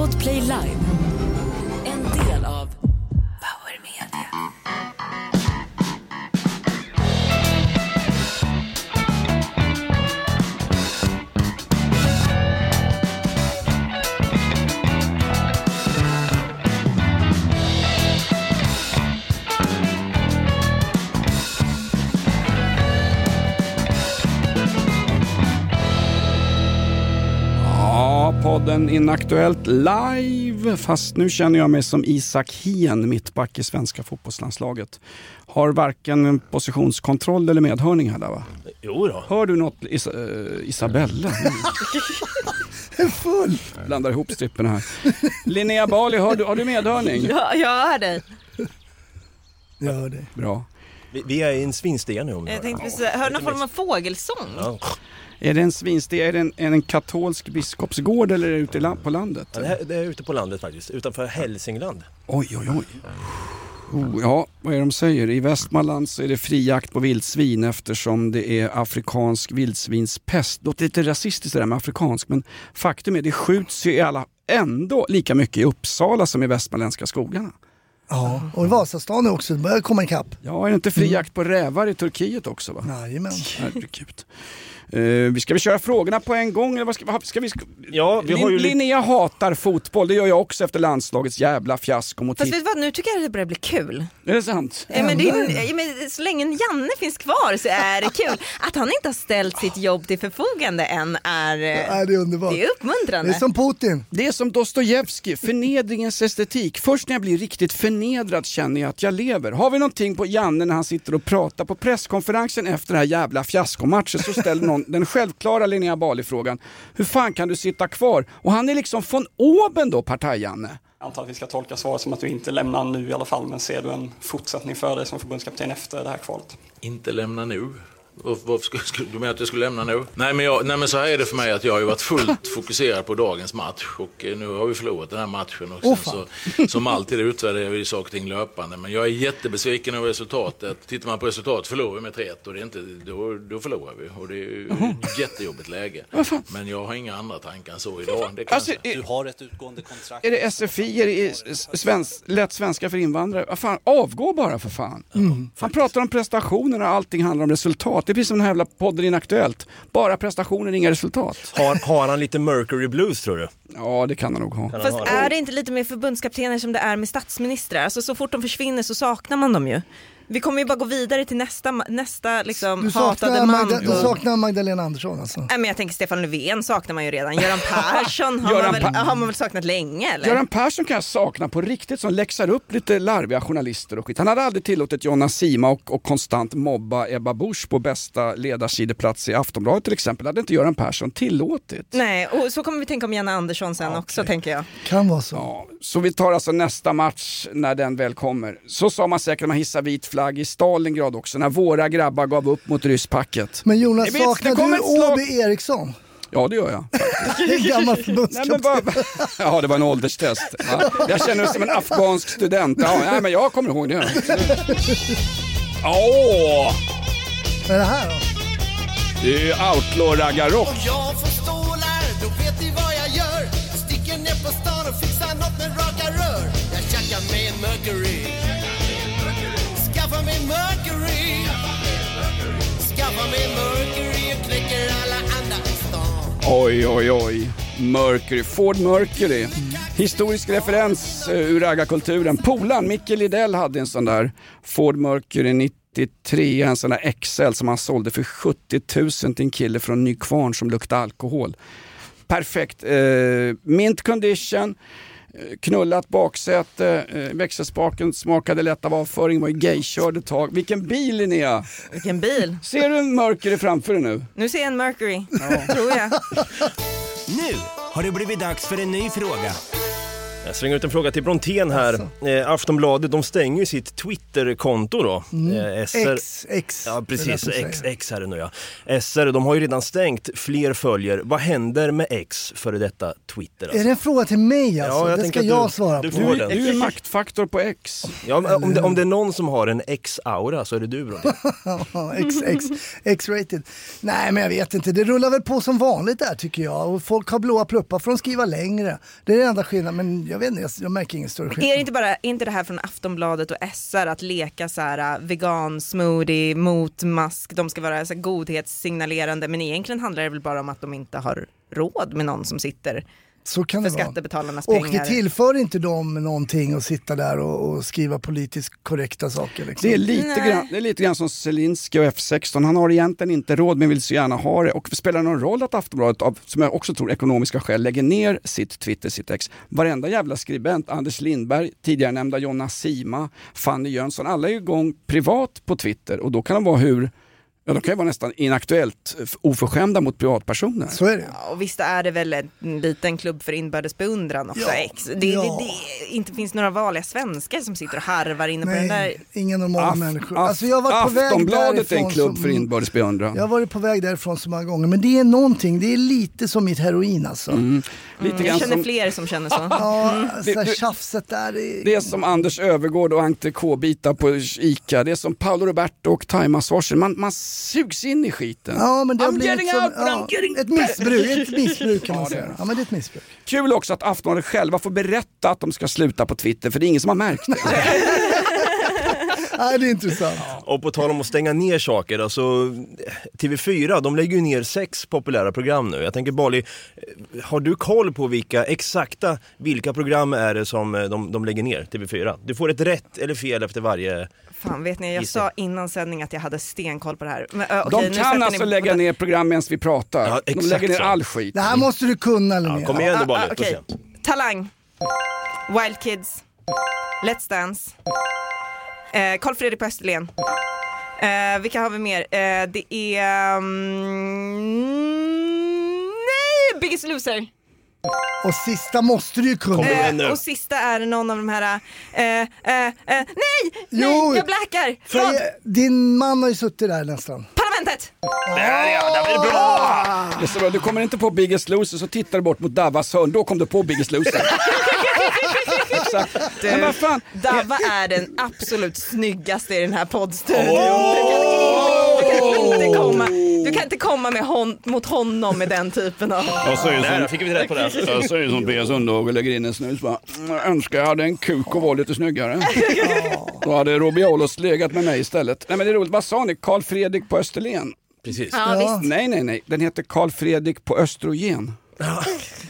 Podplay Live. En del av Power Media. Podden Inaktuellt live, fast nu känner jag mig som Isak Hien, mittback i svenska fotbollslandslaget. Har varken positionskontroll eller medhörning här där, va? Jo då. Hör du något, Isabella? Full! Blandar ihop stripperna här. Linnea Bali, har du medhörning? Ja, jag hör dig. Jag hör dig. Bra. Vi är i en svinstiga nu. Jag tänkte precis, hör någon form av fågelsång? Ja. Är det en svinstiga? Är det en katolsk biskopsgård eller är det ute på landet? Ja, det är ute på landet faktiskt, utanför Hälsingland. Oj. Ja, vad är de säger? I Västmanland så är det fri jakt på vildsvin eftersom det är afrikansk vildsvinspest. Det låter lite rasistiskt det där med afrikansk, men faktum är det skjuts ju ändå lika mycket i Uppsala som i västmanländska skogarna. Ja, och i Vasastan också, det börjar komma ikapp. Ja, är det inte fri jakt på rävar i Turkiet också, va? Jajamän. Herregud. Vi ska köra frågorna på en gång eller vad ska vi? Ja, vi har ju Linnea hatar fotboll, det gör jag också efter landslagets jävla fiasko mot Fast vet du vad, nu tycker jag att det börjar bli kul. Är det sant? Men så länge Janne finns kvar så är det kul. Att han inte har ställt sitt jobb till förfogande än är det är underbart. Det är uppmuntrande. Det är som Putin. Det är som Dostojevskij, förnedringens estetik. Först när jag blir riktigt förnedrad känner jag att jag lever. Har vi någonting på Janne när han sitter och pratar på presskonferensen efter den här jävla fiaskomatchen, så ställer någon den självklara Linnea Bali-frågan: hur fan kan du sitta kvar? Och han är liksom från oben då, partaj-Janne. Jag antar att vi ska tolka svaret som att du inte lämnar nu i alla fall, men ser du en fortsättning för dig som förbundskapten efter det här kvalet? Inte lämna nu? Varför skulle du med att jag skulle lämna nu? Nej men så här är det för mig, att jag har ju varit fullt fokuserad på dagens match och nu har vi förlorat den här matchen och sen så, som alltid utvärderar vi saker och ting löpande, men jag är jättebesviken över resultatet. Tittar man på resultat förlorar vi med 3-1 och det är inte, då förlorar vi och det är ju ett jättejobbigt läge. Men jag har inga andra tankar än så idag. Det alltså, du har ett utgående kontrakt. Är det SFI, är det lätt svenska för invandrare? Vad fan, avgå bara för fan. Han pratar om prestationer och allting handlar om resultat. Det blir som den här jävla podden Inaktuellt. Bara prestationer, inga resultat. Har han lite Mercury Blues, tror du? Ja, det kan han nog ha. Fast är det inte lite mer förbundskaptener som det är med statsministrar? Alltså så fort de försvinner så saknar man dem ju. Vi kommer ju bara gå vidare till nästa liksom, hatade man. Du saknar Magdalena Andersson alltså? Nej, men jag tänker Stefan Löfven saknar man ju redan. Göran Persson har man väl saknat länge, eller? Göran Persson kan jag sakna på riktigt, som läxar upp lite larviga journalister och skit. Han hade aldrig tillåtit Jonna Sima och konstant mobba Ebba Busch på bästa ledarsideplats i Aftonbladet till exempel. Det hade inte Göran Persson tillåtit. Nej, och så kommer vi tänka om Janne Andersson sen också, tänker jag. Kan vara så. Ja, så vi tar alltså nästa match när den väl kommer. Så sa man säkert när man hissar vit flagg i Stalingrad också, när våra grabbar gav upp mot rysspacket. Men Jonas, saknar du Åby Eriksson? Ja, det gör jag. Det är gammalt förbundskapten. Ja, det var en ålderstest. Ja. Jag känner mig som en afghansk student. Ja, nej, men jag kommer ihåg det. Åh! Vad är det här då? Det är Outlaw Raggarrock. Om jag får stålar, då vet ni vad jag gör. Jag sticker ner på stan och fixar något med raka rör. Jag tjackar med en Mercury. Skaffa mig Mercury. Skaffa mig Mercury och knäcker alla andra i stan. Oj. Mercury, Ford Mercury. Historisk referens ur raggarkulturen. Polan Micke Lidell hade en sån där Ford Mercury 93, en sån där XL som han sålde för 70 000 till en kille från Nykvarn som luktade alkohol. Perfekt. Mint condition. Knullat baksäte, växelspaken smakade lätt av avföring, var ju gaykörd ett tag. Vilken bil, Linnea! Vilken bil? Ser du en Mercury framför dig nu? Nu ser jag en Mercury, tror jag. Nu har det blivit dags för en ny fråga. Jag slänger ut en fråga till Brontén här. Aftonbladet, de stänger ju sitt Twitter-konto då. X. Ja, precis. X är det nu, ja. SR, de har ju redan stängt, fler följer. Vad händer med X före detta Twitter? Alltså? Är det en fråga till mig alltså? Ja, det ska jag svara på. Du är en maktfaktor på X. Ja, men om det är någon som har en X-aura så är det du, Brontén. X-rated. Nej, men jag vet inte. Det rullar väl på som vanligt där tycker jag. Och folk har blåa pluppar för att skriva längre. Det är det enda skillnaden, men jag vet inte, jag märker ingen större skillnad. Är det inte det här från Aftonbladet och SR att leka så här vegan smoothie mot mask, de ska vara så här godhetssignalerande, men egentligen handlar det väl bara om att de inte har råd med någon som sitter så kan för det vara. Skattebetalarnas pengar. Och det tillför inte dem någonting att sitta där och skriva politiskt korrekta saker. Liksom. Det är lite grann som Zelensky och F16. Han har egentligen inte råd men vill så gärna ha det. Och spelar någon roll att Aftonbladet, som jag också tror ekonomiska skäl, lägger ner sitt Twitter, sitt X. Varenda jävla skribent, Anders Lindberg, tidigare nämnda Jonna Sima, Fanny Jönsson, alla är ju igång privat på Twitter och då kan de vara de kan ju vara nästan inaktuellt oförskämda mot privatpersoner. Så är det. Ja, och visst är det väl en liten klubb för inbördes beundran också. Ja. Det inte finns några vanliga svenskar som sitter och harvar inne på den där. Inga normala människor. Alltså jag har varit på väg Aftonbladet är en klubb för inbördes beundran. Jag har varit på väg därifrån så många gånger. Men det är någonting, det är lite som mitt heroin alltså. Jag känner fler som känner så. Ja, så här tjafset där. Det är som Anders Övergård och entrecote-bitar på Ica. Det är som Paolo Roberto och thai-massagen. Man sugs in i skiten. Ja, men det har blivit ett missbruk kan man säga. Ja, men det är ett missbruk. Kul också att Aftonbladet själva får berätta att de ska sluta på Twitter, för det är ingen som har märkt det. Nej, det är intressant. Och på tal om att stänga ner saker, alltså TV4, de lägger ju ner 6 populära program nu. Jag tänker Bali, har du koll på vilka program är det som de lägger ner, TV4? Du får ett rätt eller fel efter varje... Fan, vet ni, jag sa innan sändning att jag hade stenkoll på det här. Men, de kan alltså lägga ner program medan vi pratar. Ja, de lägger ner all skit. Det här måste du kunna, Linnea. Kom igen, Bali. Okay. Talang, Wild Kids, Let's Dance, Carl Fredrik på Österlen. Vilka har vi mer? Det är... nej, Biggest Loser. Och sista måste du ju kunna. Och sista är någon av de här... nej, jag bläckar. Din man har ju suttit där nästan. Parlamentet! Det är bra! Det är så bra. Du kommer inte på Biggest Loser så tittar du bort mot Davas hörn. Då kom du på Biggest Loser. Men vad fan? Dava är den absolut snyggaste i den här poddstudion. Du kan inte komma mot honom med den typen av... Jag fick vi rätt på det. Jag säger som Pia Sundhage och lägger in en snus. Jag önskar jag hade en kuk och var lite snyggare. Då hade Robiolos legat med mig istället. Nej, men det är roligt. Vad sa ni? Carl Fredrik på Österlen? Precis. Ja. Nej. Den heter Carl Fredrik på Östrogen. Ja,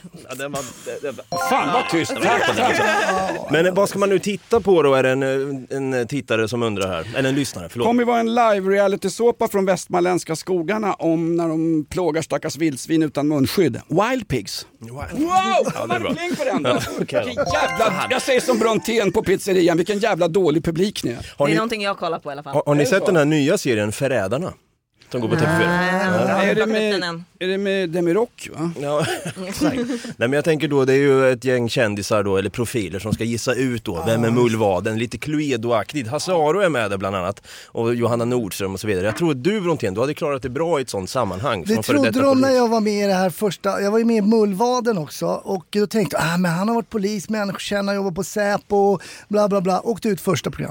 Fan vad tyst. Men vad ska man nu titta på då? Är det en tittare som undrar här? Eller en lyssnare, förlåt. Kommer ju vara en live reality-såpa från västmanländska skogarna om när de plågar stackars vildsvin utan munskydd. Wild Pigs. Wow! Ja, det är bra. På den då. Jag säger som Brontén på pizzerian, vilken jävla dålig publik ni är. Det är någonting jag kollar på i alla fall. Har ni sett den här nya serien Förrädarna? Som går på TV4. Är det med Demirock, va? Ja, exakt. Nej, men jag tänker då, det är ju ett gäng kändisar då, eller profiler som ska gissa ut då, vem är mullvaden, lite Cluedo-aktigt. Hasse Aro är med där bland annat, och Johanna Nordström och så vidare. Jag tror att du, Brontén, du hade klarat det bra i ett sånt sammanhang. Det trodde de när jag var med i det här första, jag var ju med i Mullvaden också, och då tänkte jag, men han har varit polis, människokännare, jobbar på Säpo, bla bla bla, åkte ut första program.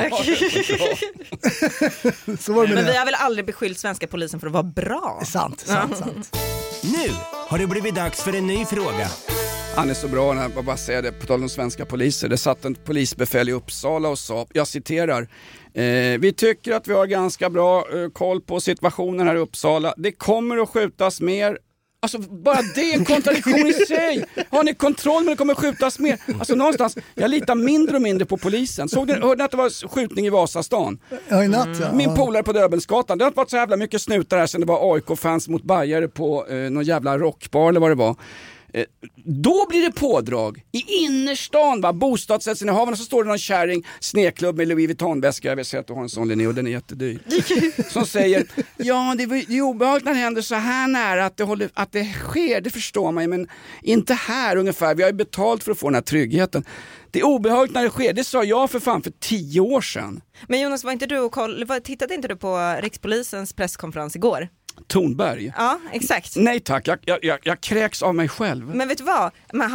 Så var det med men det. vi har väl aldrig beskyllt svenska polisen för att vara bra. Sant. Nu har det blivit dags för en ny fråga. Han är så bra när jag bara säger det, på tal om svenska poliser. Det satt en polisbefäl i Uppsala och sa, jag citerar, vi tycker att vi har ganska bra koll på situationen här i Uppsala. Det kommer att skjutas mer. Alltså bara det är en kontradiktion i sig. Har ni kontroll men det kommer skjutas mer? Alltså någonstans, jag litar mindre och mindre på polisen. Hörde ni att det var skjutning i Vasastan? Ja, i natt, ja. Min polare på Döbelnsgatan. Det har inte varit så jävla mycket snutar här sen det var AIK-fans mot Bajare på någon jävla rockbar eller vad det var. Då blir det pådrag i innerstan, va? Bostadsrättsinnehavarna, så står det någon kärring, sneklubb med Louis Vuitton-väska, jag vill säga att du har en sån, Linné, och den är jättedyr, som säger, ja det är obehagligt när det händer så här nära att det sker, det förstår man ju, men inte här ungefär, vi har ju betalt för att få den här tryggheten. Det är obehagligt när det sker, det sa jag för 10 år sedan. Men Jonas, tittade inte du på Rikspolisens presskonferens igår? Tornberg? Ja, exakt. Nej tack, jag kräks av mig själv. Men vet du vad? Men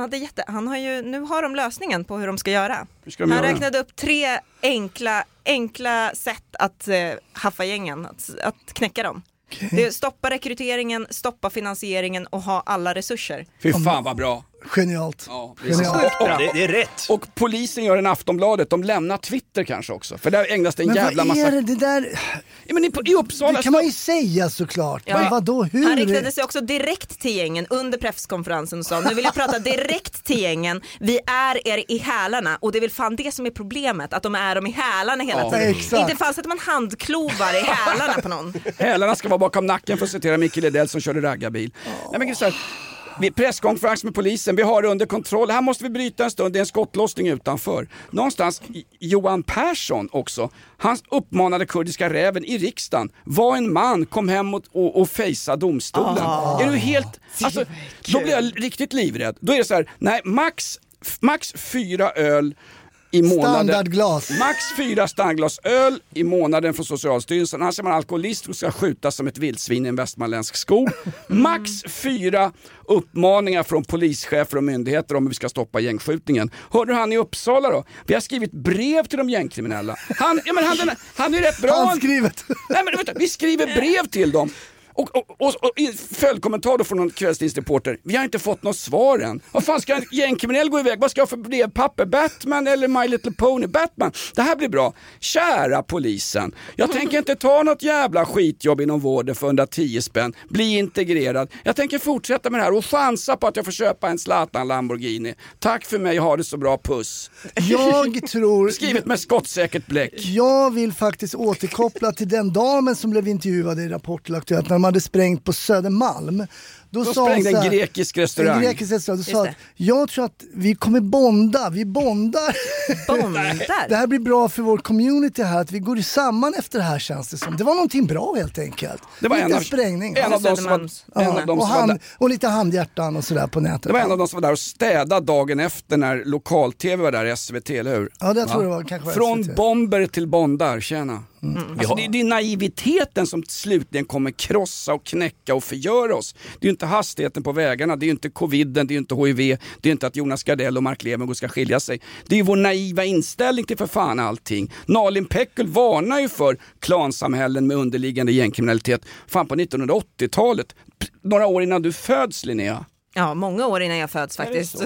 nu har de lösningen på hur de ska göra. Han räknade upp 3 enkla sätt att haffa gängen, att knäcka dem. Okay. Det är stoppa rekryteringen, stoppa finansieringen och ha alla resurser. Fy fan vad bra. Genialt. Ja, det är rätt. Och polisen gör en Aftonbladet, de lämnar Twitter kanske också. För där ägnas det en jävla massa... Men vad är det där? Ja, men i Uppsala... Det kan man ju säga såklart. Ja. Men vadå, hur? Han riktade sig också direkt till gängen under presskonferensen och sa, nu vill jag prata direkt till gängen. Vi är er i hälarna. Och det är väl fan det som är problemet, att de är dem i hälarna hela tiden. Exakt. Inte fan så att man handklovar i hälarna på någon. Hälarna ska vara bakom nacken, för att citera Micke Lidell som körde raggarbil. Nej, men så här, presskonferens med polisen, vi har det under kontroll. Här måste vi bryta en stund, det är en skottlossning utanför. Någonstans, Johan Persson också, han uppmanade kurdiska räven i riksdagen. Var en man, kom hem och fejsa domstolen. Är du helt... Alltså, då blir jag riktigt livrädd. Då är det så här, nej, max 4 öl i månaden. Standardglas. Max 4 standardglas öl i månaden från Socialstyrelsen. Annars är man alkoholist och ska skjutas som ett vildsvin i en västmanländsk skog. Max 4 uppmaningar från polischefer och myndigheter om hur vi ska stoppa gängskjutningen. Hörde han i Uppsala då? Vi har skrivit brev till de gängkriminella. Han är rätt bra. Han skrivit. Nej, men vänta, vi skriver brev till dem. Och i följdkommentar då från någon kvällstidningsreporter, vi har inte fått något svar än. Vad fan ska en gängkriminell gå iväg? Vad ska jag för brevpapper? Batman eller My Little Pony? Batman. Det här blir bra. Kära polisen, jag tänker inte ta något jävla skitjobb inom vården för 110 spänn. Bli integrerad. Jag tänker fortsätta med det här och chansa på att jag får köpa en Zlatan Lamborghini. Tack för mig, ha det så bra, puss. Jag tror... Skrivet med skottsäkert bläck. Jag vill faktiskt återkoppla till den damen som blev intervjuad i Rapport Aktuellt när de hade sprängt på Södermalm. Då sprängde en grekisk restaurang. En grekisk restaurang. Då sa att jag tror att vi kommer bonda. Vi bondar. Det här blir bra för vår community här. Att vi går samman efter det här, känns det som. Det var någonting bra helt enkelt. Det var en sprängning. Och lite handhjärtan och sådär på nätet. Det var en av de som var där och städade dagen efter när lokal-tv var där i SVT, eller hur? Ja, det tror jag var kanske från SVT. Bomber till bondar, tjena. Alltså, det är naiviteten som slutligen kommer krossa och knäcka och förgöra oss. Det är ju inte hastigheten på vägarna, det är ju inte coviden, det är ju inte HIV, det är inte att Jonas Gardell och Mark Levengood ska skilja sig. Det är ju vår naiva inställning till för fan allting. Nalin Pekul varnar ju för klansamhällen med underliggande gängkriminalitet fan på 1980-talet. Några år innan du föds, Linnea. Ja, många år innan jag föds faktiskt.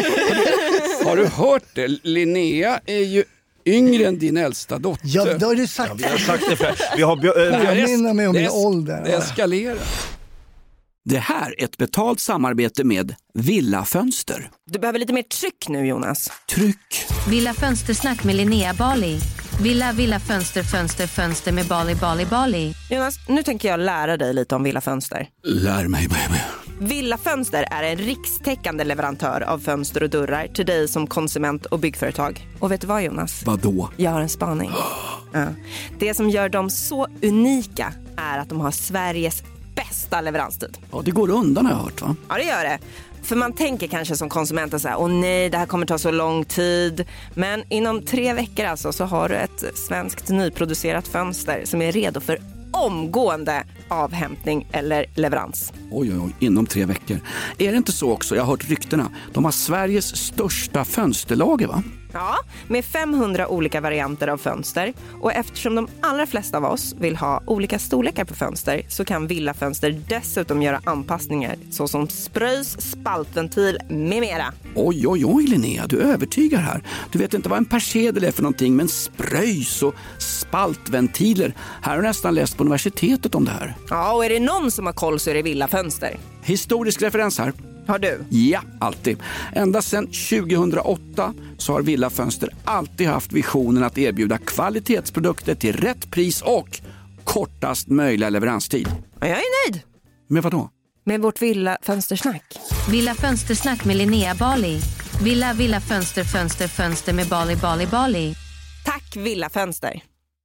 Har du hört det? Linnea är ju yngre än din äldsta dotter. Ja, det har du sagt. Ja, vi har sagt det för jag minns mig om min ålder. Det eskalerar. Det här är ett betalt samarbete med Villa Fönster. Du behöver lite mer tryck nu, Jonas. Tryck. Villa Fönstersnack med Linnea Bali. Villa Fönster med Bali. Jonas, nu tänker jag lära dig lite om Villa Fönster. Lär mig, baby. Villa Fönster är en rikstäckande leverantör av fönster och dörrar till dig som konsument och byggföretag. Och vet du vad, Jonas? Vadå? Jag har en spaning. Ja. Det som gör dem så unika är att de har Sveriges bästa leveranstid. Ja, det går undan har jag hört, va? Ja, det gör det. För man tänker kanske som konsument så här, åh nej, det här kommer ta så lång tid. Men inom 3 veckor alltså så har du ett svenskt nyproducerat fönster som är redo för omgående avhämtning eller leverans. Oj, inom 3 veckor. Är det inte så också? Jag har hört ryktena. De har Sveriges största fönsterlager, va? Ja, med 500 olika varianter av fönster. Och eftersom de allra flesta av oss vill ha olika storlekar på fönster så kan Villa Fönster dessutom göra anpassningar såsom spröjs, spaltventil med mera. Oj, Linnea, du övertygar här. Du vet inte vad en persedel är för någonting, men spröjs och spaltventiler. Här har jag nästan läst på universitetet om det här. Ja, och är det någon som har koll så är det Villa Fönster. Historisk referens här. Har du? Ja, alltid. Ända sedan 2008 så har Villa Fönster alltid haft visionen att erbjuda kvalitetsprodukter till rätt pris och kortast möjliga leveranstid. Ja, jag är nöjd. Men vadå? med vårt Villa Fönstersnack. Villa Fönstersnack med Linnea Bali. Villa fönster med Bali. Tack Villa Fönster.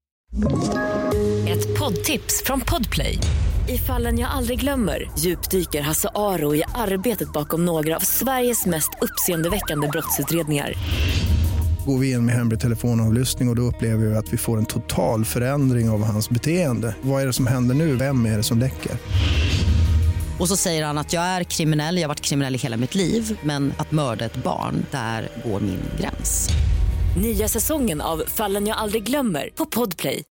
Ett poddtips från Podplay. I Fallen jag aldrig glömmer djupdyker Hasse Aro i arbetet bakom några av Sveriges mest uppseendeväckande brottsutredningar. Går vi in med hemlig telefonavlyssning och då upplever vi att vi får en total förändring av hans beteende. Vad är det som händer nu? Vem är det som läcker? Och så säger han att jag är kriminell, jag har varit kriminell i hela mitt liv. Men att mörda ett barn, där går min gräns. Nya säsongen av Fallen jag aldrig glömmer på Podplay.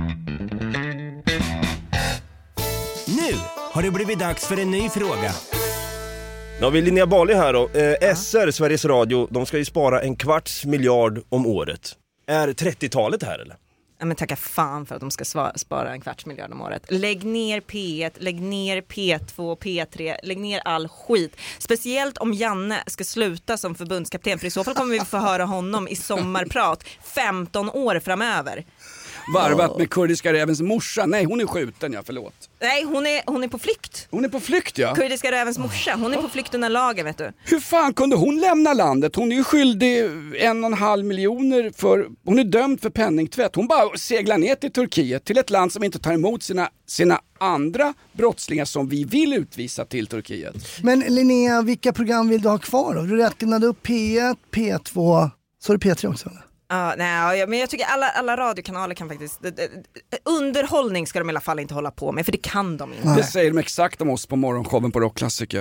Nu har det blivit dags för en ny fråga. Nu har vi Linnea Bali här då. SR, Sveriges Radio, de ska ju spara 250 miljarder om året. Är 30-talet här eller? Ja, men tacka fan för att de ska spara 250 miljarder om året. Lägg ner P1, lägg ner P2, P3, lägg ner all skit. Speciellt om Janne ska sluta som förbundskapten, för i så fall kommer vi få höra honom i sommarprat 15 år framöver. Varvat med kurdiska rävens morsa. Nej, hon är skjuten, förlåt. Nej, hon är på flykt. Hon är på flykt, ja. Kurdiska rävens morsa, hon är på flykt under lagen, vet du. Hur fan kunde hon lämna landet? Hon är ju skyldig 1,5 miljoner för... Hon är dömd för penningtvätt. Hon bara seglar ner till Turkiet, till ett land som inte tar emot sina andra brottslingar som vi vill utvisa till Turkiet. Men Linnea, vilka program vill du ha kvar då? Du räknade upp P1, P2, så är det P3 också, eller? Nej, men jag tycker alla radiokanaler kan faktiskt... Underhållning ska de i alla fall inte hålla på med, för det kan de inte. Det säger de exakt om oss på morgonshowen på Rockklassiker.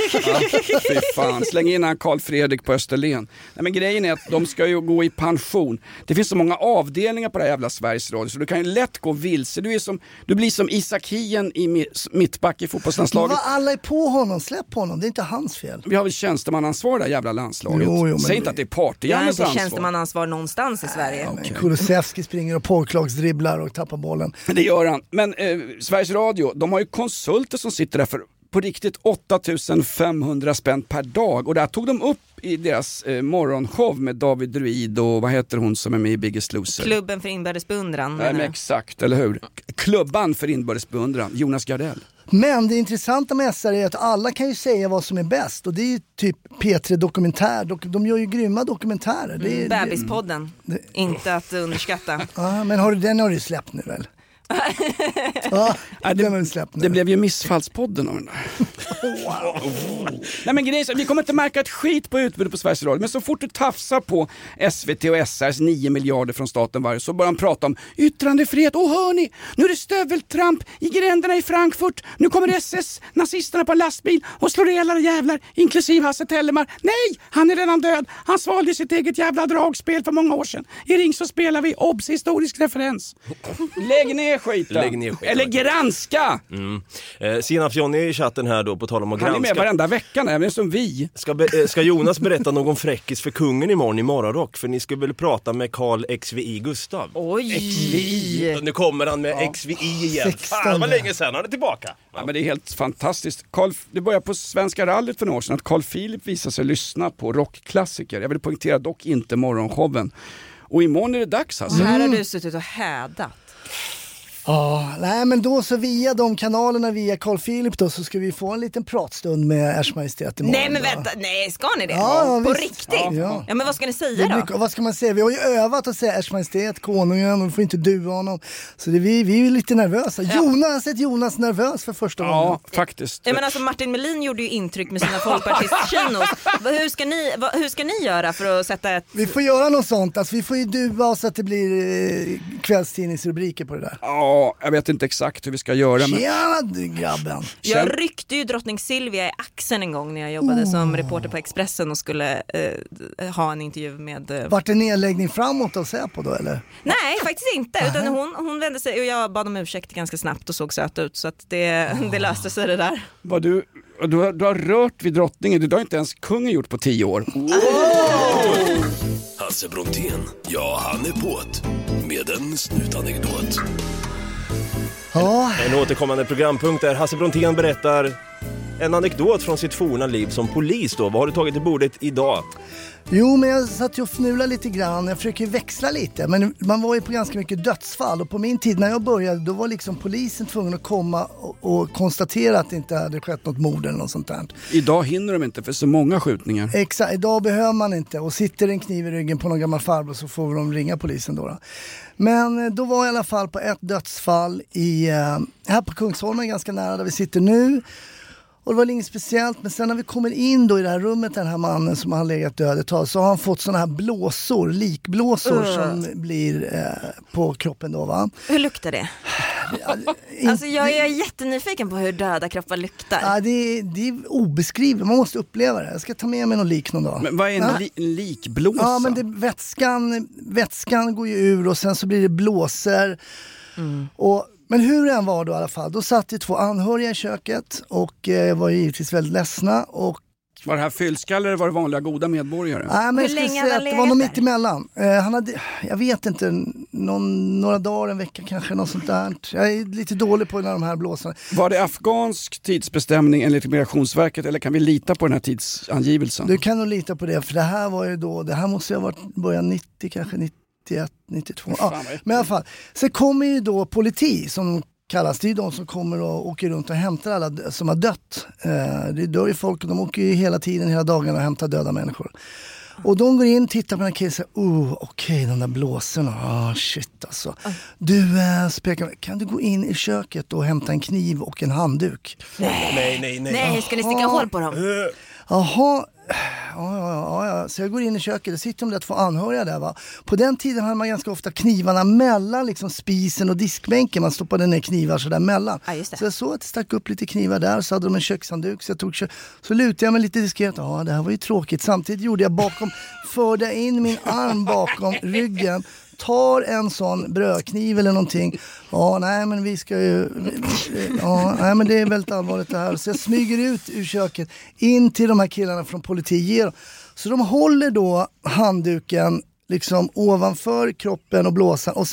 Fy fan, släng in han Carl Fredrik på Österlen. Nej, men grejen är att de ska ju gå i pension. Det finns så många avdelningar på det här jävla Sveriges Radio, så du kan ju lätt gå vilse. Du blir som Isak Hien i mittback i fotbollslandslaget. Alla är på honom, släpp honom, det är inte hans fel. Vi har väl tjänstemannaansvar där jävla landslaget. Säg inte att det är partyjärnens ansvar. Det är tjänstemannaansvar någonstans i Sverige. Okay. Kulusevski springer och porrklagsdribblar och tappar bollen. Det gör han. Men Sveriges Radio, de har ju konsulter som sitter där för på riktigt 8,500 spänn per dag. Och där tog de upp i deras morgonshow med David Druid och vad heter hon som är med i Biggest Loser? Klubben för inbördes beundran. Nej, men exakt, eller hur? Klubban för inbördes beundran, Jonas Gardell. Men det intressanta med SR är att alla kan ju säga vad som är bäst. Och det är ju typ P3 Dokumentär. De gör ju grymma dokumentärer. Bebispodden. Inte att underskatta. Ja, men den har du släppt nu väl? Det blev ju Missfallspodden av den där. Nej, men grejen är, vi kommer inte märka ett skit på utbudet på Sveriges Radio, men så fort du tafsar på SVT och SRs 9 miljarder från staten varje, så börjar de prata om yttrandefrihet. Hörni, nu är det stöveltramp i gränderna i Frankfurt. Nu kommer SS-nazisterna på en lastbil och slår ihjäl alla jävlar, inklusive Hasse Tellemar. Nej, han är redan död. Han svalde sitt eget jävla dragspel för många år sedan. I Ring så spelar vi obs historisk referens. Lägg ner skiten. Eller granska. Senap Johnny i chatten här då, på tal om att granska. Han är med varenda vecka, även som vi. Ska Jonas berätta någon fräckis för kungen imorgon i Morgonrock? För ni ska väl prata med Carl XVI Gustav. Oj! XVI. Nu kommer han med XVI igen. Fan, vad länge sedan han är tillbaka. Ja, men det är helt fantastiskt. Det började på Svenska rallyt för några år sedan att Carl Philip visade sig lyssna på rockklassiker. Jag vill poängtera dock inte morgonshowen. Och imorgon är det dags alltså. Här har du suttit och hädat. Nej, men då så via de kanalerna, via Carl Philip då, så ska vi få en liten pratstund med Ers Majestät imorgon. Nej, men vänta, ska ni det? Ja, på visst. riktigt? Ja, men vad ska ni säga då? Vad ska man säga? Vi har ju övat att säga Ers Majestät, konungen, och vi får inte dua honom. Så vi är lite nervösa. Jonas nervös för första gången. Ja, faktiskt. Men alltså Martin Melin gjorde ju intryck med sina folkpartist-kinos. Hur ska ni göra för att sätta ett... Vi får göra något sånt. Alltså, vi får ju dua så att det blir kvällstidningsrubriker på det där. Ja, jag vet inte exakt hur vi ska göra. Tjena du grabben. Jag ryckte ju drottning Silvia i axeln en gång när jag jobbade som reporter på Expressen och skulle ha en intervju med... Vart det nedläggning framåt och Säpo då, eller? Nej, faktiskt inte. Utan hon vände sig och jag bad om ursäkt ganska snabbt och såg söt ut. Så att det löste sig det där. Du har rört vid drottningen. Det har inte ens kungen gjort på 10 år. Hasse Brontén, han är på't med en snutanekdot. En återkommande programpunkt där Hasse Brontén berättar En anekdot från sitt forna liv som polis då. Vad har du tagit till bordet idag? Jo, men jag satt ju och fnula lite grann. Jag försöker växla lite. Men man var ju på ganska mycket dödsfall. Och på min tid när jag började, då var liksom polisen tvungen att komma och konstatera att det inte hade skett något mord eller något sånt där. Idag hinner de inte för så många skjutningar. Exakt, idag behöver man inte. Och sitter en kniv i ryggen på någon gammal farbror så får de ringa polisen då. Men då var jag i alla fall på ett dödsfall här på Kungsholmen, ganska nära där vi sitter nu. Och det var inget speciellt, men sen när vi kommer in då i det här rummet, den här mannen som har legat död ett tag, så har han fått såna här blåsor, likblåsor som blir på kroppen då, va? Hur luktar det? Alltså jag är jättenyfiken på hur döda kroppar luktar. Ja, det är obeskrivligt, man måste uppleva det. Jag ska ta med mig någon lik någon dag. Men vad är en likblåsa? Ja, men vätskan går ju ur och sen så blir det blåsor. Men hur den var då i alla fall, då satt det 2 anhöriga i köket och var givetvis väldigt ledsna. Och var det här fyllskalle eller var det vanliga goda medborgare? Nej, men hur länge hade han legat? Det var nog mitt emellan. Han hade, jag vet inte, några dagar, en vecka kanske, något sånt där. Jag är lite dålig på de här blåsarna. Var det afghansk tidsbestämning enligt Migrationsverket eller kan vi lita på den här tidsangivelsen? Du kan nog lita på det, för det här var ju då, det här måste ju ha varit början 90, kanske 91, 92. Ja, men i alla fall. Så kommer ju då politi som kallas, det är de som kommer och åker runt och hämtar alla som har dött. Det dör ju folk och de åker ju hela tiden, hela dagarna och hämtar döda människor. Och de går in, tittar på den här killen och säger, okej, de där blåsorna, shit alltså. Du, kan du gå in i köket och hämta en kniv och en handduk? Nej, ska ni sticka hål på dem? Jaha. Ja. Så jag går in i köket, det sitter de där 2 anhöriga där, va. På den tiden hade man ganska ofta knivarna mellan liksom spisen och diskbänken. Man stoppade ner knivar så där mellan. Ja, just det. Så jag såg att det stack upp lite knivar där, så hade de en kökshandduk. Så så lutade jag mig lite diskret. Ja, det här var ju tråkigt. Samtidigt gjorde jag förde in min arm bakom ryggen, tar en sån brödkniv eller någonting. Men vi ska ju... men det är väldigt allvarligt det här. Så jag smyger ut ur köket in till de här killarna från politiet. Så de håller då handduken liksom ovanför kroppen och blåsan. Och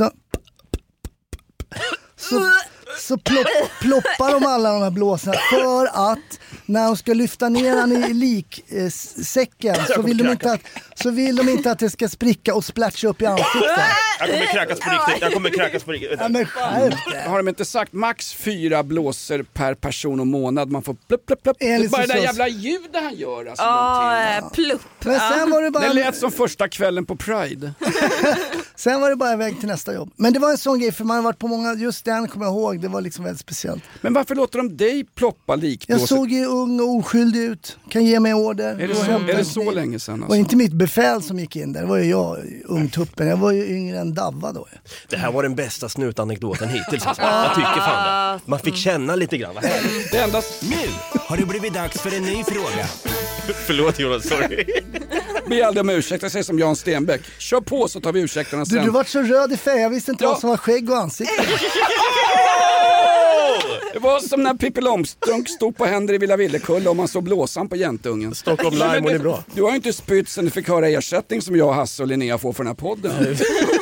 så ploppar de alla de här blåsarna för att när de ska lyfta ner han i liksäcken så vill de inte att det ska spricka och splatcha upp i ansiktet. Jag kommer kräkas på riktigt. Ja, men har de inte sagt max 4 blåsor per person och månad? Man får plupp. Bara det där jävla ljudet han gör. Alltså, plupp. Men sen var det bara... Det lät som första kvällen på Pride. Sen var det bara väg till nästa jobb. Men det var en sån grej, för man har varit på många, just den kommer jag ihåg, det var liksom väldigt speciellt. Men varför låter de dig ploppa likblåsor? Jag såg ju ung och oskyldig ut, kan ge mig order. Är det så länge sedan? Alltså? Det var inte mitt befäl som gick in där, det var ju jag, ungtuppen. Jag var ju yngre än Davva då. Det här var den bästa snutanekdoten hittills. Alltså. Jag tycker fan det. Man fick känna lite grann. Det endast... Nu har det blivit dags för en ny fråga. Förlåt Jonas, sorry. Be aldrig om ursäkt, jag säger som Jan Stenbeck. Kör på så tar vi ursäkterna sen. Du var så röd i färg, jag visste inte vad som var skägg och ansikte. Det var som när Pippi Långstrump stod på händer i Villa Villekulla och man såg blåsan på jäntungen. Stockholm Live, och det är bra. Du har ju inte spytt sen du fick höra ersättning som jag, Hasse och Linnea får för den här podden.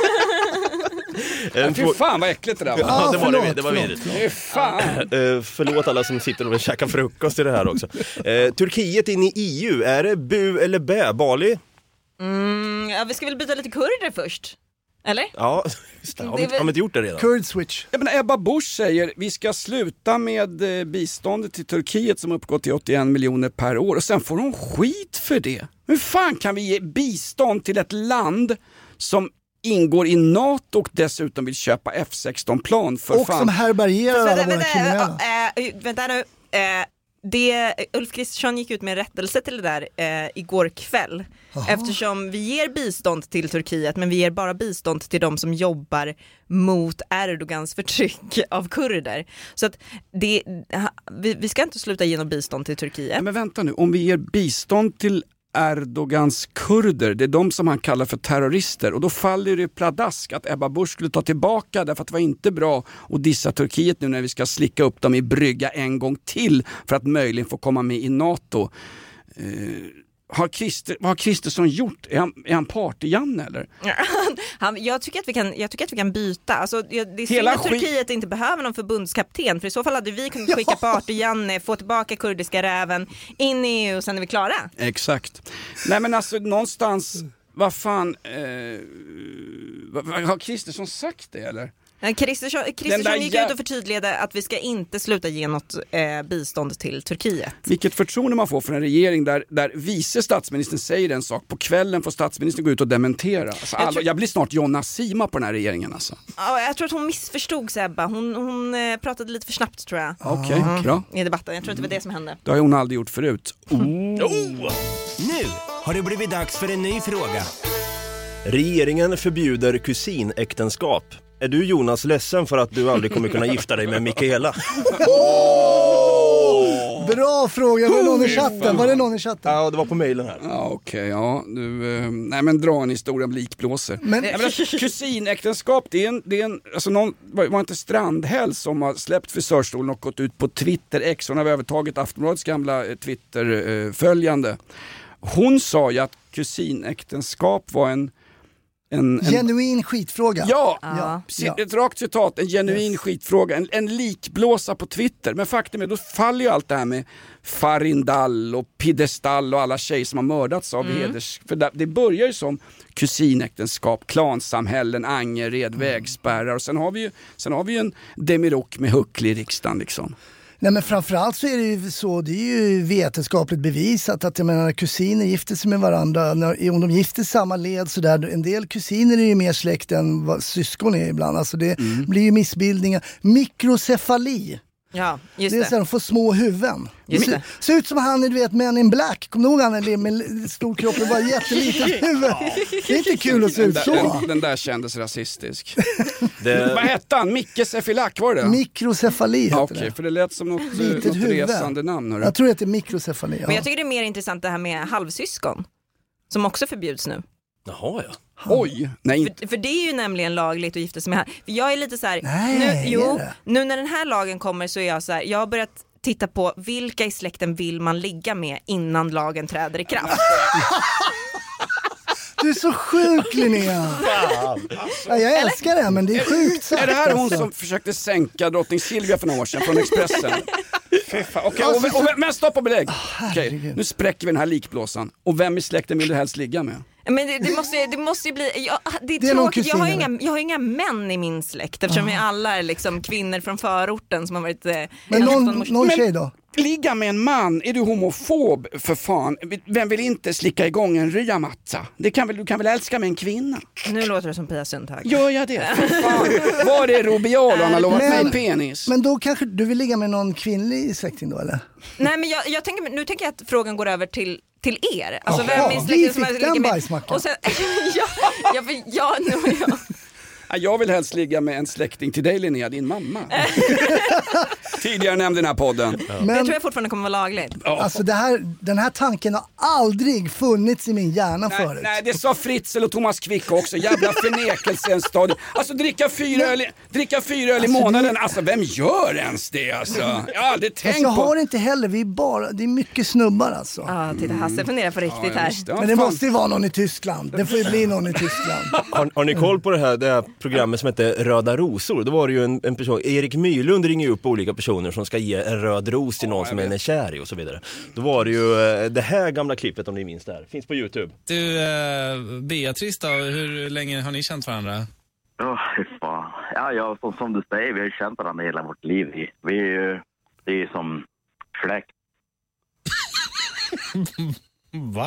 Fy fan vad äckligt det där var. Ja, det var vidrigt. Förlåt alla som sitter och käkar frukost i det här också. Turkiet in i EU, är det bu eller bä? Bali? Vi ska väl byta lite kurder först. Eller? Ja, har vi inte gjort det redan? Kurd switch. Ebba Busch säger vi ska sluta med biståndet till Turkiet som uppgår till 81 miljoner per år och sen får hon skit för det. Hur fan kan vi ge bistånd till ett land som ingår i NATO och dessutom vill köpa F16-plan för och fan. Som härbärgerar alla våra kriminella. Vänta nu. Ulf Kristersson gick ut med en rättelse till det där igår kväll. Aha. Eftersom vi ger bistånd till Turkiet, men vi ger bara bistånd till de som jobbar mot Erdogans förtryck av kurder. Så att vi ska inte sluta ge något bistånd till Turkiet. Men vänta nu, om vi ger bistånd till Erdogans kurder, det är de som han kallar för terrorister, och då faller det pladask att Ebba Busch skulle ta tillbaka därför att det var inte bra att dissa Turkiet nu när vi ska slicka upp dem i brygga en gång till för att möjligen få komma med i NATO. vad har Kristersson gjort? Är han party-Janne eller? Jag tycker att vi kan byta. Alltså, det är synd att Turkiet inte behöver någon förbundskapten, för i så fall hade vi kunnat skicka party-Janne, få tillbaka kurdiska räven in i EU och sen är vi klara. Exakt. Nej men alltså någonstans, vad fan, har Kristersson sagt det eller? Kristersson gick ut och förtydligade att vi ska inte sluta ge något bistånd till Turkiet. Vilket förtroende man får för en regering där vice statsministern säger en sak. På kvällen får statsministern gå ut och dementera. Alltså, jag blir snart Jonna Sima på den här regeringen. Alltså. Ja, jag tror att hon missförstod Sebba. Hon pratade lite för snabbt tror jag. Okej, bra. I debatten. Jag tror att det var det som hände. Det har hon aldrig gjort förut. Nu har det blivit dags för en ny fråga. Regeringen förbjuder kusinäktenskap. Är du Jonas ledsen för att du aldrig kommer kunna gifta dig med Mikaela? Bra fråga, var det någon i chatten? Ja, det var på mejlen här. Ja, okej, ja. Nej men dra en historia om likblåser. Kusinäktenskap, det är en alltså var inte Strandhäll som har släppt frisörstolen och gått ut på Twitter X. Hon har övertagit Aftonbladets gamla Twitter-följande. Hon sa ju att kusinäktenskap var en genuin skitfråga. Ja. Ett rakt citat, en genuin skitfråga, en likblåsa på Twitter. Men faktum är, då faller ju allt det här med Farindal och Pidestall och alla tjejer som har mördats av heders. För det börjar ju som kusinäktenskap, klansamhällen, Angered, vägspärrar och sen har vi ju en Demirok med hucklig i riksdagen liksom. Nej men framförallt så är det ju så, det är ju vetenskapligt bevisat att jag menar, kusiner gifter sig med varandra, om de gifter samma led så där, en del kusiner är ju mer släkt än vad syskon är ibland, alltså det blir ju missbildningar, mikrocefali. Ja, just det är så att de får små huvuden. Ser ut som han, du vet, Men in Black. Kommer du ihåg han med stor kropp och bara jätteliten huvud? Det är inte kul att se ut så. Den där kändes rasistisk. Vad hette han? Micke Cefilak, var det? Mikrocefali heter Okej, för det lät som något resande namn. Hörru. Jag tror att det är mikrocefali. Ja. Men jag tycker det är mer intressant det här med halvsyskon. Som också förbjuds nu. Jaha, ja. Oj, nej. För det är ju nämligen lagligt att gifta sig med här. För jag är lite så här, nu när den här lagen kommer så är jag så här, jag har börjat titta på vilka i släkten vill man ligga med innan lagen träder i kraft. Du är så sjuk, Linnea. Ja, jag älskar det, men det är sjukt sagt. Är det här hon som försökte sänka drottning Silvia för några år sedan från Expressen? Okej, men stopp och belägg. Okej, nu spräcker vi den här likblåsan. Och vem i släkten vill du helst ligga med? Men det måste ju bli det är tråkigt. Jag har inga män i min släkt eftersom vi alla är liksom kvinnor från förorten som har varit men någon tjej då? Ligga med en man, är du homofob för fan? Vem vill inte slicka igång en ryamatta? Du kan väl älska med en kvinna? Nu låter det som Pia Sundhag. Gör jag det? Var är Rubial och han har lovat mig penis? Men då kanske du vill ligga med någon kvinnlig släkting då, eller? Nej, men nu tänker jag att frågan går över till er. Alltså vem är släkten som ligger med? Och sen, jag vill helst ligga med en släkting till dig, Linnea, din mamma. Tidigare nämnde den här podden. Men det tror jag fortfarande kommer vara lagligt. Alltså den här tanken har aldrig funnits i min hjärna förut. Nej, det sa Fritzl och Thomas Quick också. Jävla förnekelse en stad. Alltså dricka fyra öl i månaden. Alltså vem gör ens det alltså? Jag har aldrig tänkt jag har inte heller, det är mycket snubbar alltså. Ja, titta Hasse funderar på riktigt här. Men det måste ju vara någon i Tyskland. Det får ju bli någon i Tyskland. Har ni koll på det här programmet som heter Röda rosor? Då var det ju en person, Erik Myrlund ringer upp olika personer som ska ge en röd ros till någon som är kär i och så vidare. Då var det ju det här gamla klippet, om ni minns det här. Finns på YouTube. Du, Beatrice då, hur länge har ni känt varandra? Ja, som du säger, vi har känt varandra hela vårt liv. Det är ju som släkt. Va?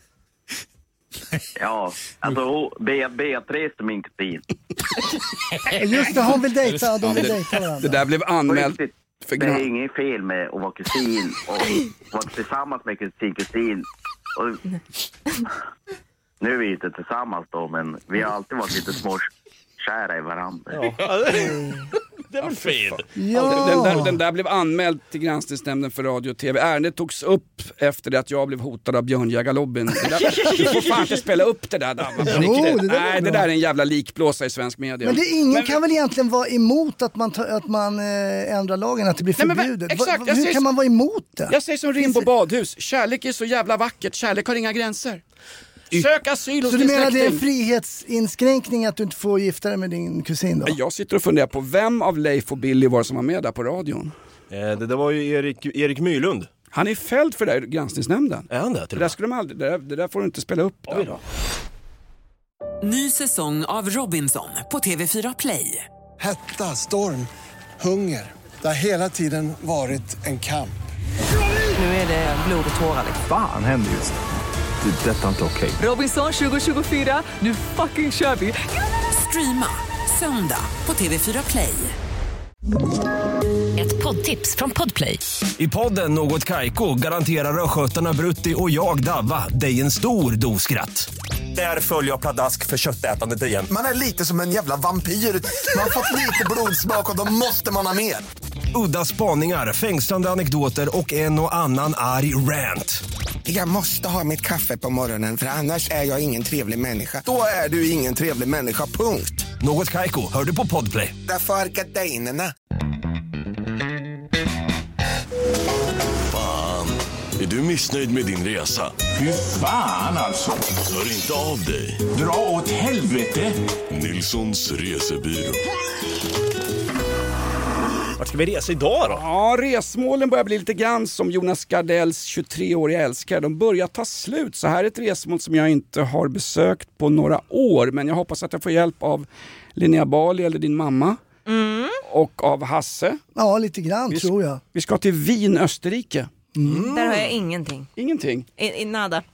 Ja, alltså Beatrice är min kusin. Just det, hon vill dejta, de vill dejta varandra. Det där blev anmält. Det är inget fel med att vara kusin och vara tillsammans med sin kusin. Och nu är vi inte tillsammans då, men vi har alltid varit lite små kära i varandra. Det är väl fel? Ja. Den där blev anmäld till Granskningsnämnden för radio och tv. Ärendet togs upp efter det att jag blev hotad av björnjägarlobbyn. Du får fan inte spela upp det där. Nej, det där är en jävla likblåsa i svensk media. Men ingen kan väl egentligen vara emot att man ändrar lagen, att det blir förbjudet? Hur kan man vara emot det? Jag säger som Rimbo badhus. Kärlek är så jävla vackert. Kärlek har inga gränser. Sök asyl hos så din du menar släkting. det är en frihetsinskränkning att du inte får gifta dig med din kusin då? Jag sitter och funderar på vem av Leif och Billy var som var med där på radion. Det var ju Erik Myrlund. Han är fälld för det här Granskningsnämnden. Är han det? Det där skulle de aldrig, det där får du inte spela upp där. Då. Ny säsong av Robinson på TV4 Play. Hetta, storm, hunger. Det har hela tiden varit en kamp. Nu är det blod och tårar. Fan händer just det. Det är detta inte okej. Robinson 2024, nu fucking kör vi. Streama söndag på TV4 Play. Ett poddtips från Podplay. I podden Något Kaiko garanterar röskötarna Brutti och jag Davva dig en stor doskratt. Där följer jag pladask för köttätandet igen. Man är lite som en jävla vampyr. Man har fått lite blodsmak och då måste man ha mer. Udda spaningar, fängslande anekdoter och en och annan arg rant. Jag måste ha mitt kaffe på morgonen för annars är jag ingen trevlig människa. Då är du ingen trevlig människa, punkt. Något Kaiko, hör du på Podplay. Därför är gardinerna. Fan, är du missnöjd med din resa? Fy fan alltså. Hör inte av dig. Dra åt helvete. Nilssons resebyrå. Vart ska vi resa idag då? Ja, resmålen börjar bli lite grann som Jonas Gardells 23-åriga älskare. De börjar ta slut. Så här är ett resmål som jag inte har besökt på några år. Men jag hoppas att jag får hjälp av Linnea Bali eller din mamma. Och av Hasse. Ja, lite grann tror jag. Vi ska till Wien, Österrike. Där har jag ingenting. Ingenting? Nada.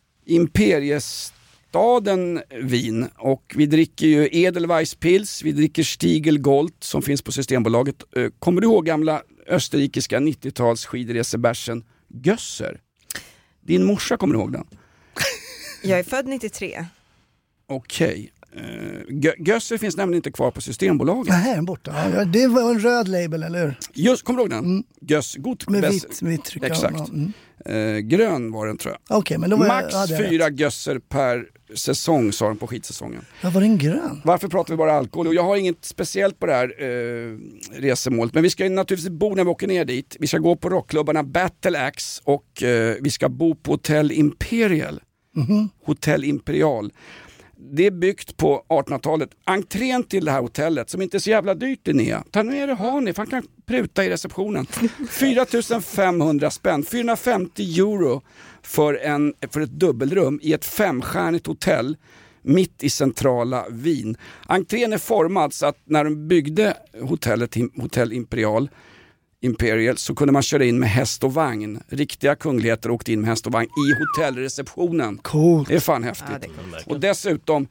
Imperiestaden Wien. Och vi dricker ju Edelweiss-pils, vi dricker Stiegel Gold som finns på Systembolaget. Kommer du ihåg gamla österrikiska 90-tals skidresebärsen Gösser? Din morsa kommer ihåg den? Jag är född 93. Okej. Gösser finns nämligen inte kvar på Systembolaget. Nej, borta. Ja, det var en röd label, eller hur? Just, kommer du ihåg den? Göss, god. Med vitt tryck. Exakt. Grön var den tror jag. Okay, men då var Max 4 gösser per säsong sa de på skidsäsongen. Ja, var den grön? Varför pratar vi bara alkohol? Och jag har inget speciellt på det här resemålet. Men vi ska ju naturligtvis bo när vi åker ner dit. Vi ska gå på rockklubbarna Battle Axe och vi ska bo på Hotel Imperial. Hotel Imperial. Det är byggt på 1800-talet. Entrén till det här hotellet, som inte är så jävla dyrt, Linnea. Ta ner det, har ni. Fan kan pruta i receptionen. 4 500 spänn. 450 euro för ett dubbelrum i ett 5-stjärnigt hotell mitt i centrala Wien. Entrén är formad så att när de byggde hotellet, Hotel Imperial, så kunde man köra in med häst och vagn. Riktiga kungligheter åkte in med häst och vagn i hotellreceptionen. Coolt. Det är fan häftigt. Och dessutom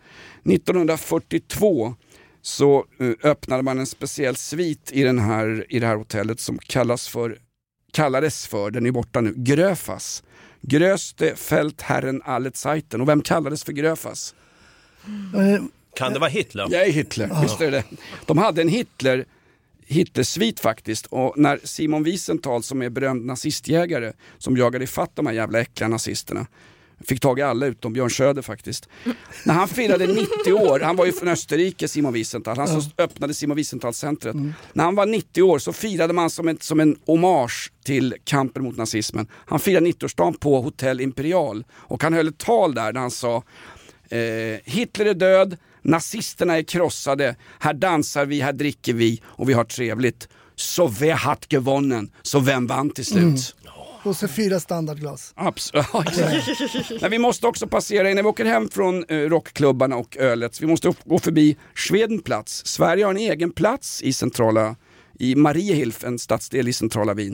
1942 så öppnade man en speciell svit i det här hotellet som kallades för, den är borta nu, Gröfas. Gröste Feldherren alle Zeiten. Och vem kallades för Gröfas? Kan det vara Hitler? Jag är Hitler, visst är det. De hade en Hitlersvit faktiskt, och när Simon Wiesenthal som är berömd nazistjägare som jagade ifatt de här jävla äckliga nazisterna, fick tag i alla utom Björn Söder faktiskt. När han firade 90 år, han var ju från Österrike, Simon Wiesenthal, han som öppnade Simon Wiesenthal-centret. När han var 90 år så firade man som en hommage till kampen mot nazismen. Han firade 90-årsdagen på Hotel Imperial och han höll ett tal där han sa Hitler är död, nazisterna är krossade, här dansar vi, här dricker vi och vi har trevligt. Så vi har gewonnen, så vem vann till slut? Och så 4 standardglas. Absolut. Men vi måste också passera innan vi åker hem från rockklubbarna och ölet. Så vi måste gå förbi Schwedenplatz. Sverige har en egen plats i Mariehilf, en stadsdel i centrala Wien.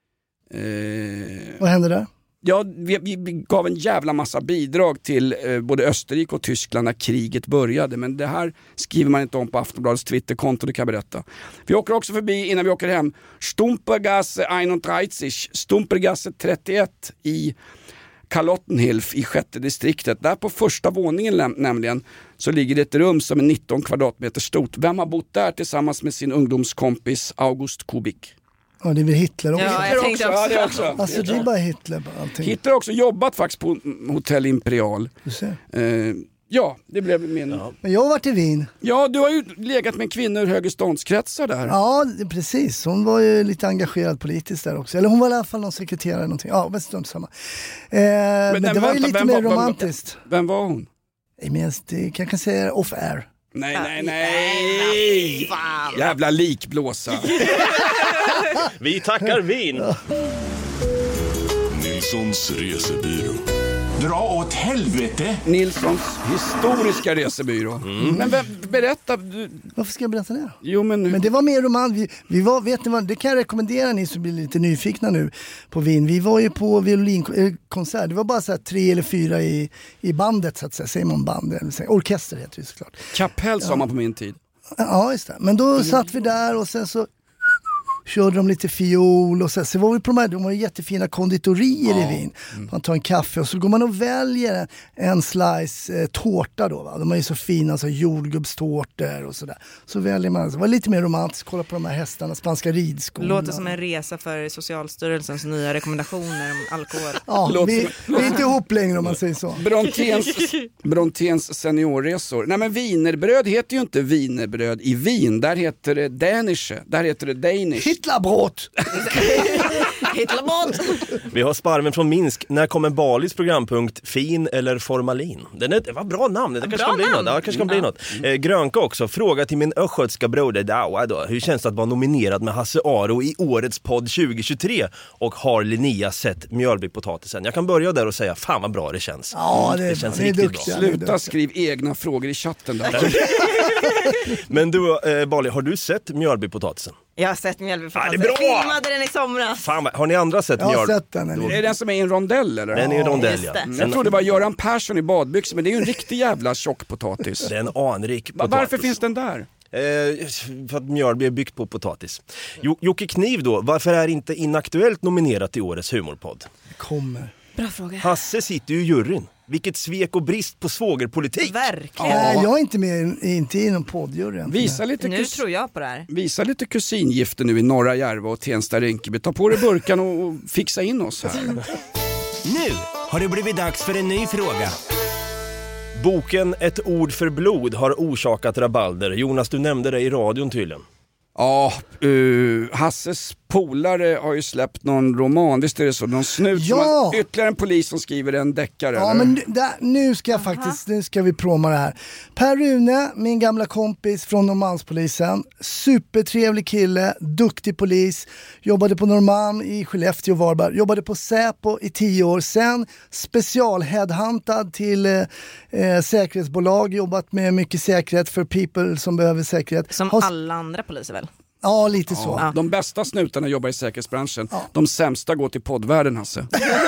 Vad händer där? Ja, vi gav en jävla massa bidrag till både Österrike och Tyskland när kriget började. Men det här skriver man inte om på Aftonbladets Twitterkonto, det kan jag berätta. Vi åker också förbi, innan vi åker hem, Stumpergasse 31 i Charlottenhilf i 6:e distriktet. Där på första våningen nämligen så ligger det ett rum som är 19 kvadratmeter stort. Vem har bott där tillsammans med sin ungdomskompis August Kubik? Ja, det är väl Hitler också. Ja, jag tänkte också. Ja, det också. Alltså det är bara Hitler på allting. Hitler har också jobbat faktiskt på Hotell Imperial. Du ser. Ja, det blev min... Ja. Men jag har varit i Wien. Ja, du har ju legat med kvinnor ur högerståndskretsar där. Ja, precis. Hon var ju lite engagerad politiskt där också. Eller hon var i alla fall någon sekreterare eller någonting. Ja, men strunt samma. Men det var ju lite mer romantiskt. Vem var hon? Det kan jag säga off-air. Nej. Jävla likblåsa. Vi tackar Wien. Nilssons resebyrå. Dra åt helvete. Nilssons historiska resebyrå. Men berätta. Varför ska jag berätta det? Jo, men det var mer roman. Vi var, vet ni vad, det kan jag rekommendera ni som blir lite nyfikna nu på Wien. Vi var ju på violinkonsert. Det var bara så här 3 eller 4 i bandet så att säga. Säger man band? Orkester heter det såklart. Kapell sa man på min tid. Ja, just det. Men då satt vi där och sen så körde de lite fiol och så var vi på de har jättefina konditorier i Wien. Man tar en kaffe och så går man och väljer en slice tårta då. Va? De är ju så fina, så jordgubbstårtor och sådär. Så väljer man, det var lite mer romantiskt, kolla på de här hästarna, spanska ridskor. Låter som en resa för Socialstyrelsens nya rekommendationer om alkohol. Ja, vi är inte ihop längre om man säger så. Bronténs seniorresor. Nej, men wienerbröd heter ju inte wienerbröd i Wien. Där heter det Dänische. Där heter det Danish. Hitlerbrott! Hitlerbrott! Vi har Sparven från Minsk. När kommer Balis programpunkt Fin eller Formalin? Det var bra namn. Det kanske kan bli något. Ja, kanske kan bli något. Grönka också. Fråga till min östgötska broder Dawa då. Hur känns det att vara nominerad med Hasse Aro i årets podd 2023? Och har Linnea sett Mjölbypotatisen? Jag kan börja där och säga, fan vad bra det känns. Ja, det känns riktigt duktiga. bra. Sluta skriv egna frågor i chatten där. Men du, Bali, har du sett Mjölbypotatisen? Jag har sett Mjölbypotatisen. Det är bra! Filmade den i somras. Fan, har ni andra sett Jag har sett den. Är det den som är i en rondell eller? Den är i en rondell, ja. Jag trodde det var Göran Persson i badbyxor, men det är ju en riktig jävla tjockpotatis. Det är en anrik potatis. Varför finns den där? För att Mjölby är byggt på potatis. Jocke Kniv då, varför är inte Inaktuellt nominerat till årets humorpodd? Kommer. Bra fråga. Hasse sitter ju i juryn. Vilket svek och brist på svågerpolitik. Verkligen. Jag är inte med inte i någon poddjuryn. Nu tror jag på det här. Visa lite kusingifter nu i Norra Järva och Tensta Rinkeby. Ta på dig burkan och fixa in oss här. Nu har det blivit dags för en ny fråga. Boken Ett ord för blod har orsakat rabalder. Jonas, du nämnde det i radion tydligen. Ja, Hasses polare har ju släppt någon roman, visst är det så? Någon snut, ytterligare en polis som skriver en deckare. Ja, eller? men nu ska jag faktiskt, nu ska vi proma det här. Per Rune, min gamla kompis från Norrmalmspolisen, supertrevlig kille, duktig polis, jobbade på Norrmalm i Skellefteå och Varberg, jobbade på Säpo i 10 år, sen specialheadhuntad till säkerhetsbolag, jobbat med mycket säkerhet för people som behöver säkerhet. Som alla andra poliser väl? Ja, lite så. Ja. De bästa snutarna jobbar i säkerhetsbranschen. Ja. De sämsta går till poddvärlden, Hasse.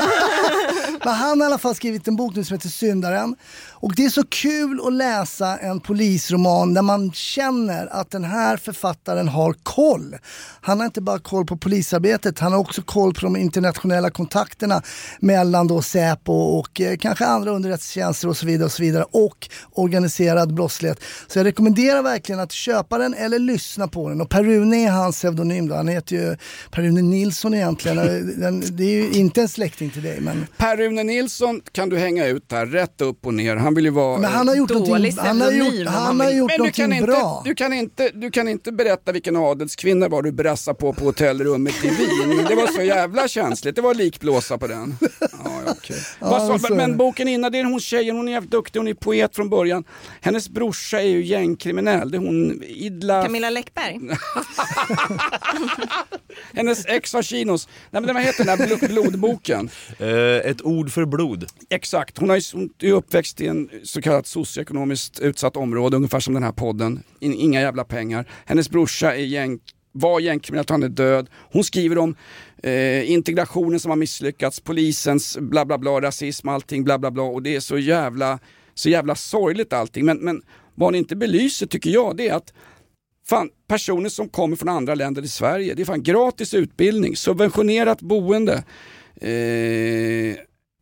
Men han har i alla fall skrivit en bok nu som heter Syndaren. Och det är så kul att läsa en polisroman där man känner att den här författaren har koll. Han har inte bara koll på polisarbetet, han har också koll på de internationella kontakterna mellan då Säpo och kanske andra underrättelsetjänster och så vidare och organiserad brottslighet. Så jag rekommenderar verkligen att köpa den eller lyssna på den. Och Per Rune är hans pseudonym då. Han heter ju Per Rune Nilsson egentligen. Det är ju inte en släkting till dig, men Per Rune Nilsson kan du hänga ut där rätt upp och ner. Han vill ju vara... Men han har gjort någonting, han har gjort någonting bra. Du kan inte berätta vilken adelskvinna var du brassade på hotellrummet i Wien. Det var så jävla känsligt. Det var likblåsa på den. Men boken innan, det är hon tjejen, hon är jävligt duktig, hon är poet från början. Hennes brorsa är ju gängkriminell. Det är hon Camilla Läckberg. Hennes ex har kinos. Nej, men vad heter den här blodboken? Ett ord för blod. Exakt. Hon är uppväxt i en så kallat socioekonomiskt utsatt område, ungefär som den här podden. Inga jävla pengar. Hennes brorsa var gängkriminell, han är död. Hon skriver om integrationen som har misslyckats, polisens bla bla bla, rasism, allting bla bla bla. Och det är så jävla sorgligt allting. Men vad hon inte belyser, tycker jag, det är att personer som kommer från andra länder i Sverige, det är gratis utbildning, subventionerat boende,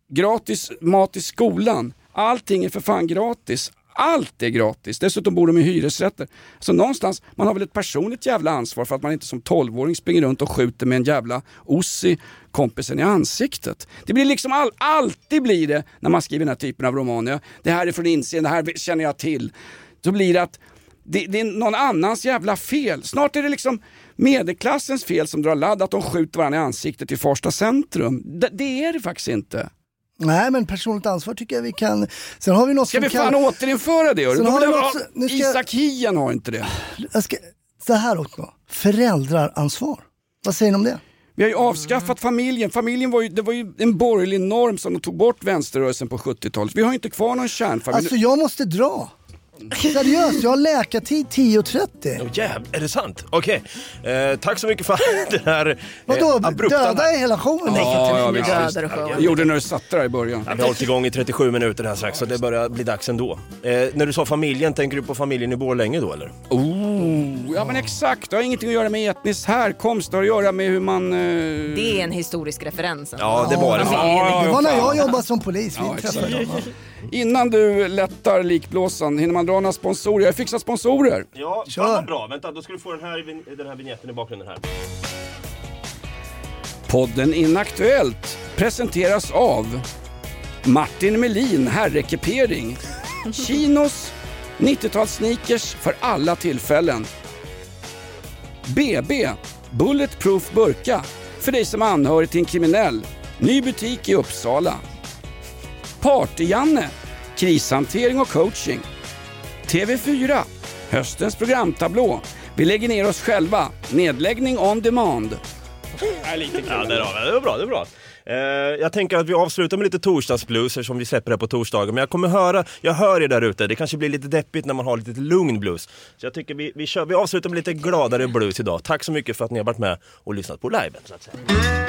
gratis mat i skolan. Allting är för fan gratis. Allt är gratis. Dessutom bor de i hyresrätter. Så någonstans, man har väl ett personligt jävla ansvar för att man inte som 12-åring springer runt och skjuter med en jävla ossi kompisen i ansiktet. Det blir liksom alltid blir det när man skriver den här typen av romaner. Det här är från insidan, det här känner jag till. Så blir det att det är någon annans jävla fel. Snart är det liksom medelklassens fel som drar ladd att de skjuter varandra i ansiktet i Farsta centrum. Det är det faktiskt inte. Nej, men personligt ansvar tycker jag vi kan. Sen har vi något ska vi fan återinföra det? Isak Hien har inte det. Så här också. Föräldraransvar. Vad säger ni om det? Vi har ju avskaffat familjen. Familjen var ju en borgerlig norm som de tog bort vänsterrörelsen på 70-talet. Vi har inte kvar någon kärnfamilj. Alltså jag måste dra. Seriöst, jag har läkartid 10:30. Är det sant? Okej. Tack så mycket för det här abrupta. Döda i hela showen? Jag gjorde när du satt där i början. Vi har hållit igång i 37 minuter här strax, så det börjar bli dags ändå. När du sa familjen, tänker du på familjen i Borlänge då eller? Ja men exakt, det har ingenting att göra med etnisk härkomst, det har att göra med hur man... Det är en historisk referens. Ja, det var det. Det var när jag jobbade som polis. Innan du lättar likblåsan, hinner man dra några sponsorer? Jag fixar sponsorer. Ja, kör. Bra. Vänta, då ska du få den här vignetten i bakgrunden här. Podden Inaktuellt presenteras av Martin Melin, herrekipering. Chinos 90-tals-sneakers för alla tillfällen. BB, Bulletproof burka, för dig som anhörig till en kriminell. Ny butik i Uppsala. Party-Janne, krishantering och coaching. TV4, höstens programtablå. Vi lägger ner oss själva. Nedläggning on demand. Ja, det är bra. Jag tänker att vi avslutar med lite torsdagsblues som vi släpper här på torsdagen. Men jag hör er där ute. Det kanske blir lite deppigt när man har lite lugn blues. Så jag tycker vi avslutar med lite gladare blues idag. Tack så mycket för att ni har varit med och lyssnat på liven, så att säga.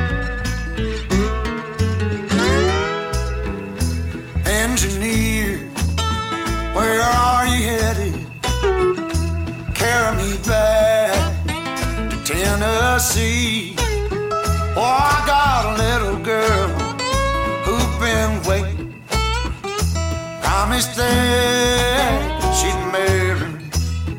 Engineer, where are you headed? Carry me back to Tennessee. Oh, I got a little girl who's been waiting. Promised that she'd marry me.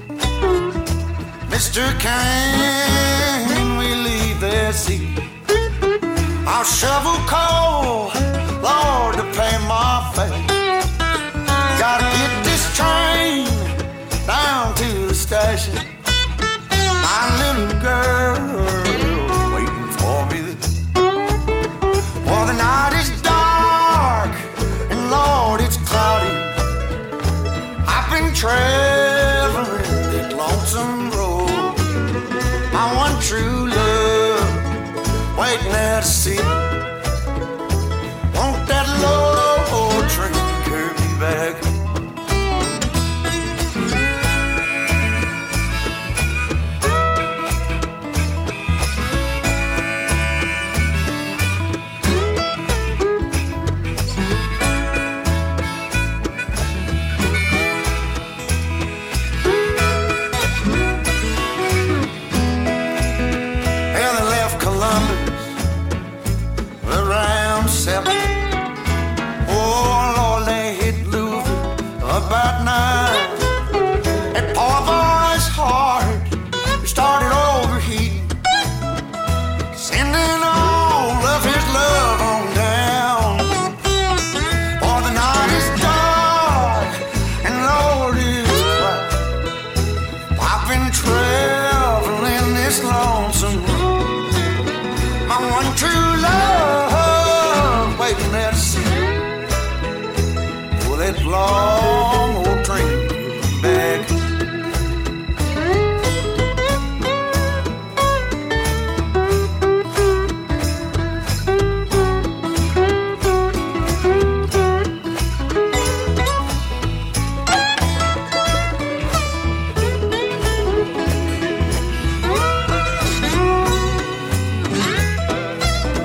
Mr. Can we leave the sea? I'll shovel coal, Lord, to pay my fare. Gotta get this train down to the station. My little girl waiting for me. Well, the night is dark and Lord, it's cloudy. I've been traveling that lonesome road. My one true love waiting at the sea. Won't that low train carry me back? About 9, that poor boy's heart started overheating, sending all of his love on down. For the night is dark and Lord is quiet. I've been traveling this lonesome road. My one true love waiting at the sea. Well, that long old train back.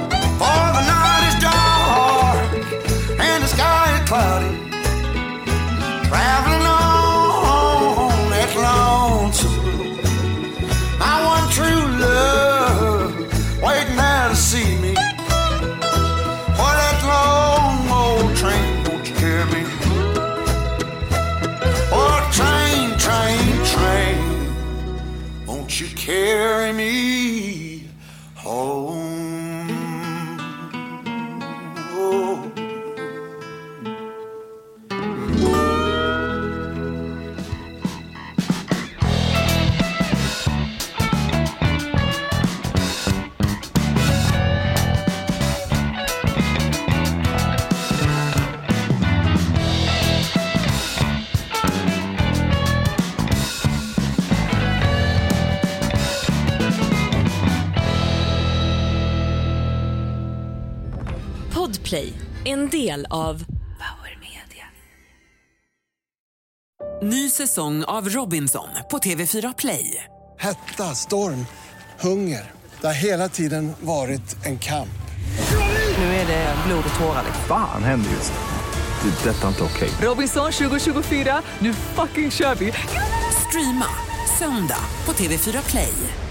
For the night is dark and the sky is cloudy. Won't you carry me home? Oh. Podplay, en del av Power Media. Ny säsong av Robinson på TV4 Play. Hetta, storm, hunger. Det har hela tiden varit en kamp. Nu är det blod och tårar. Fan händer just det. Det är detta inte okej. Robinson 2024, nu fucking kör vi. Streama söndag på TV4 Play.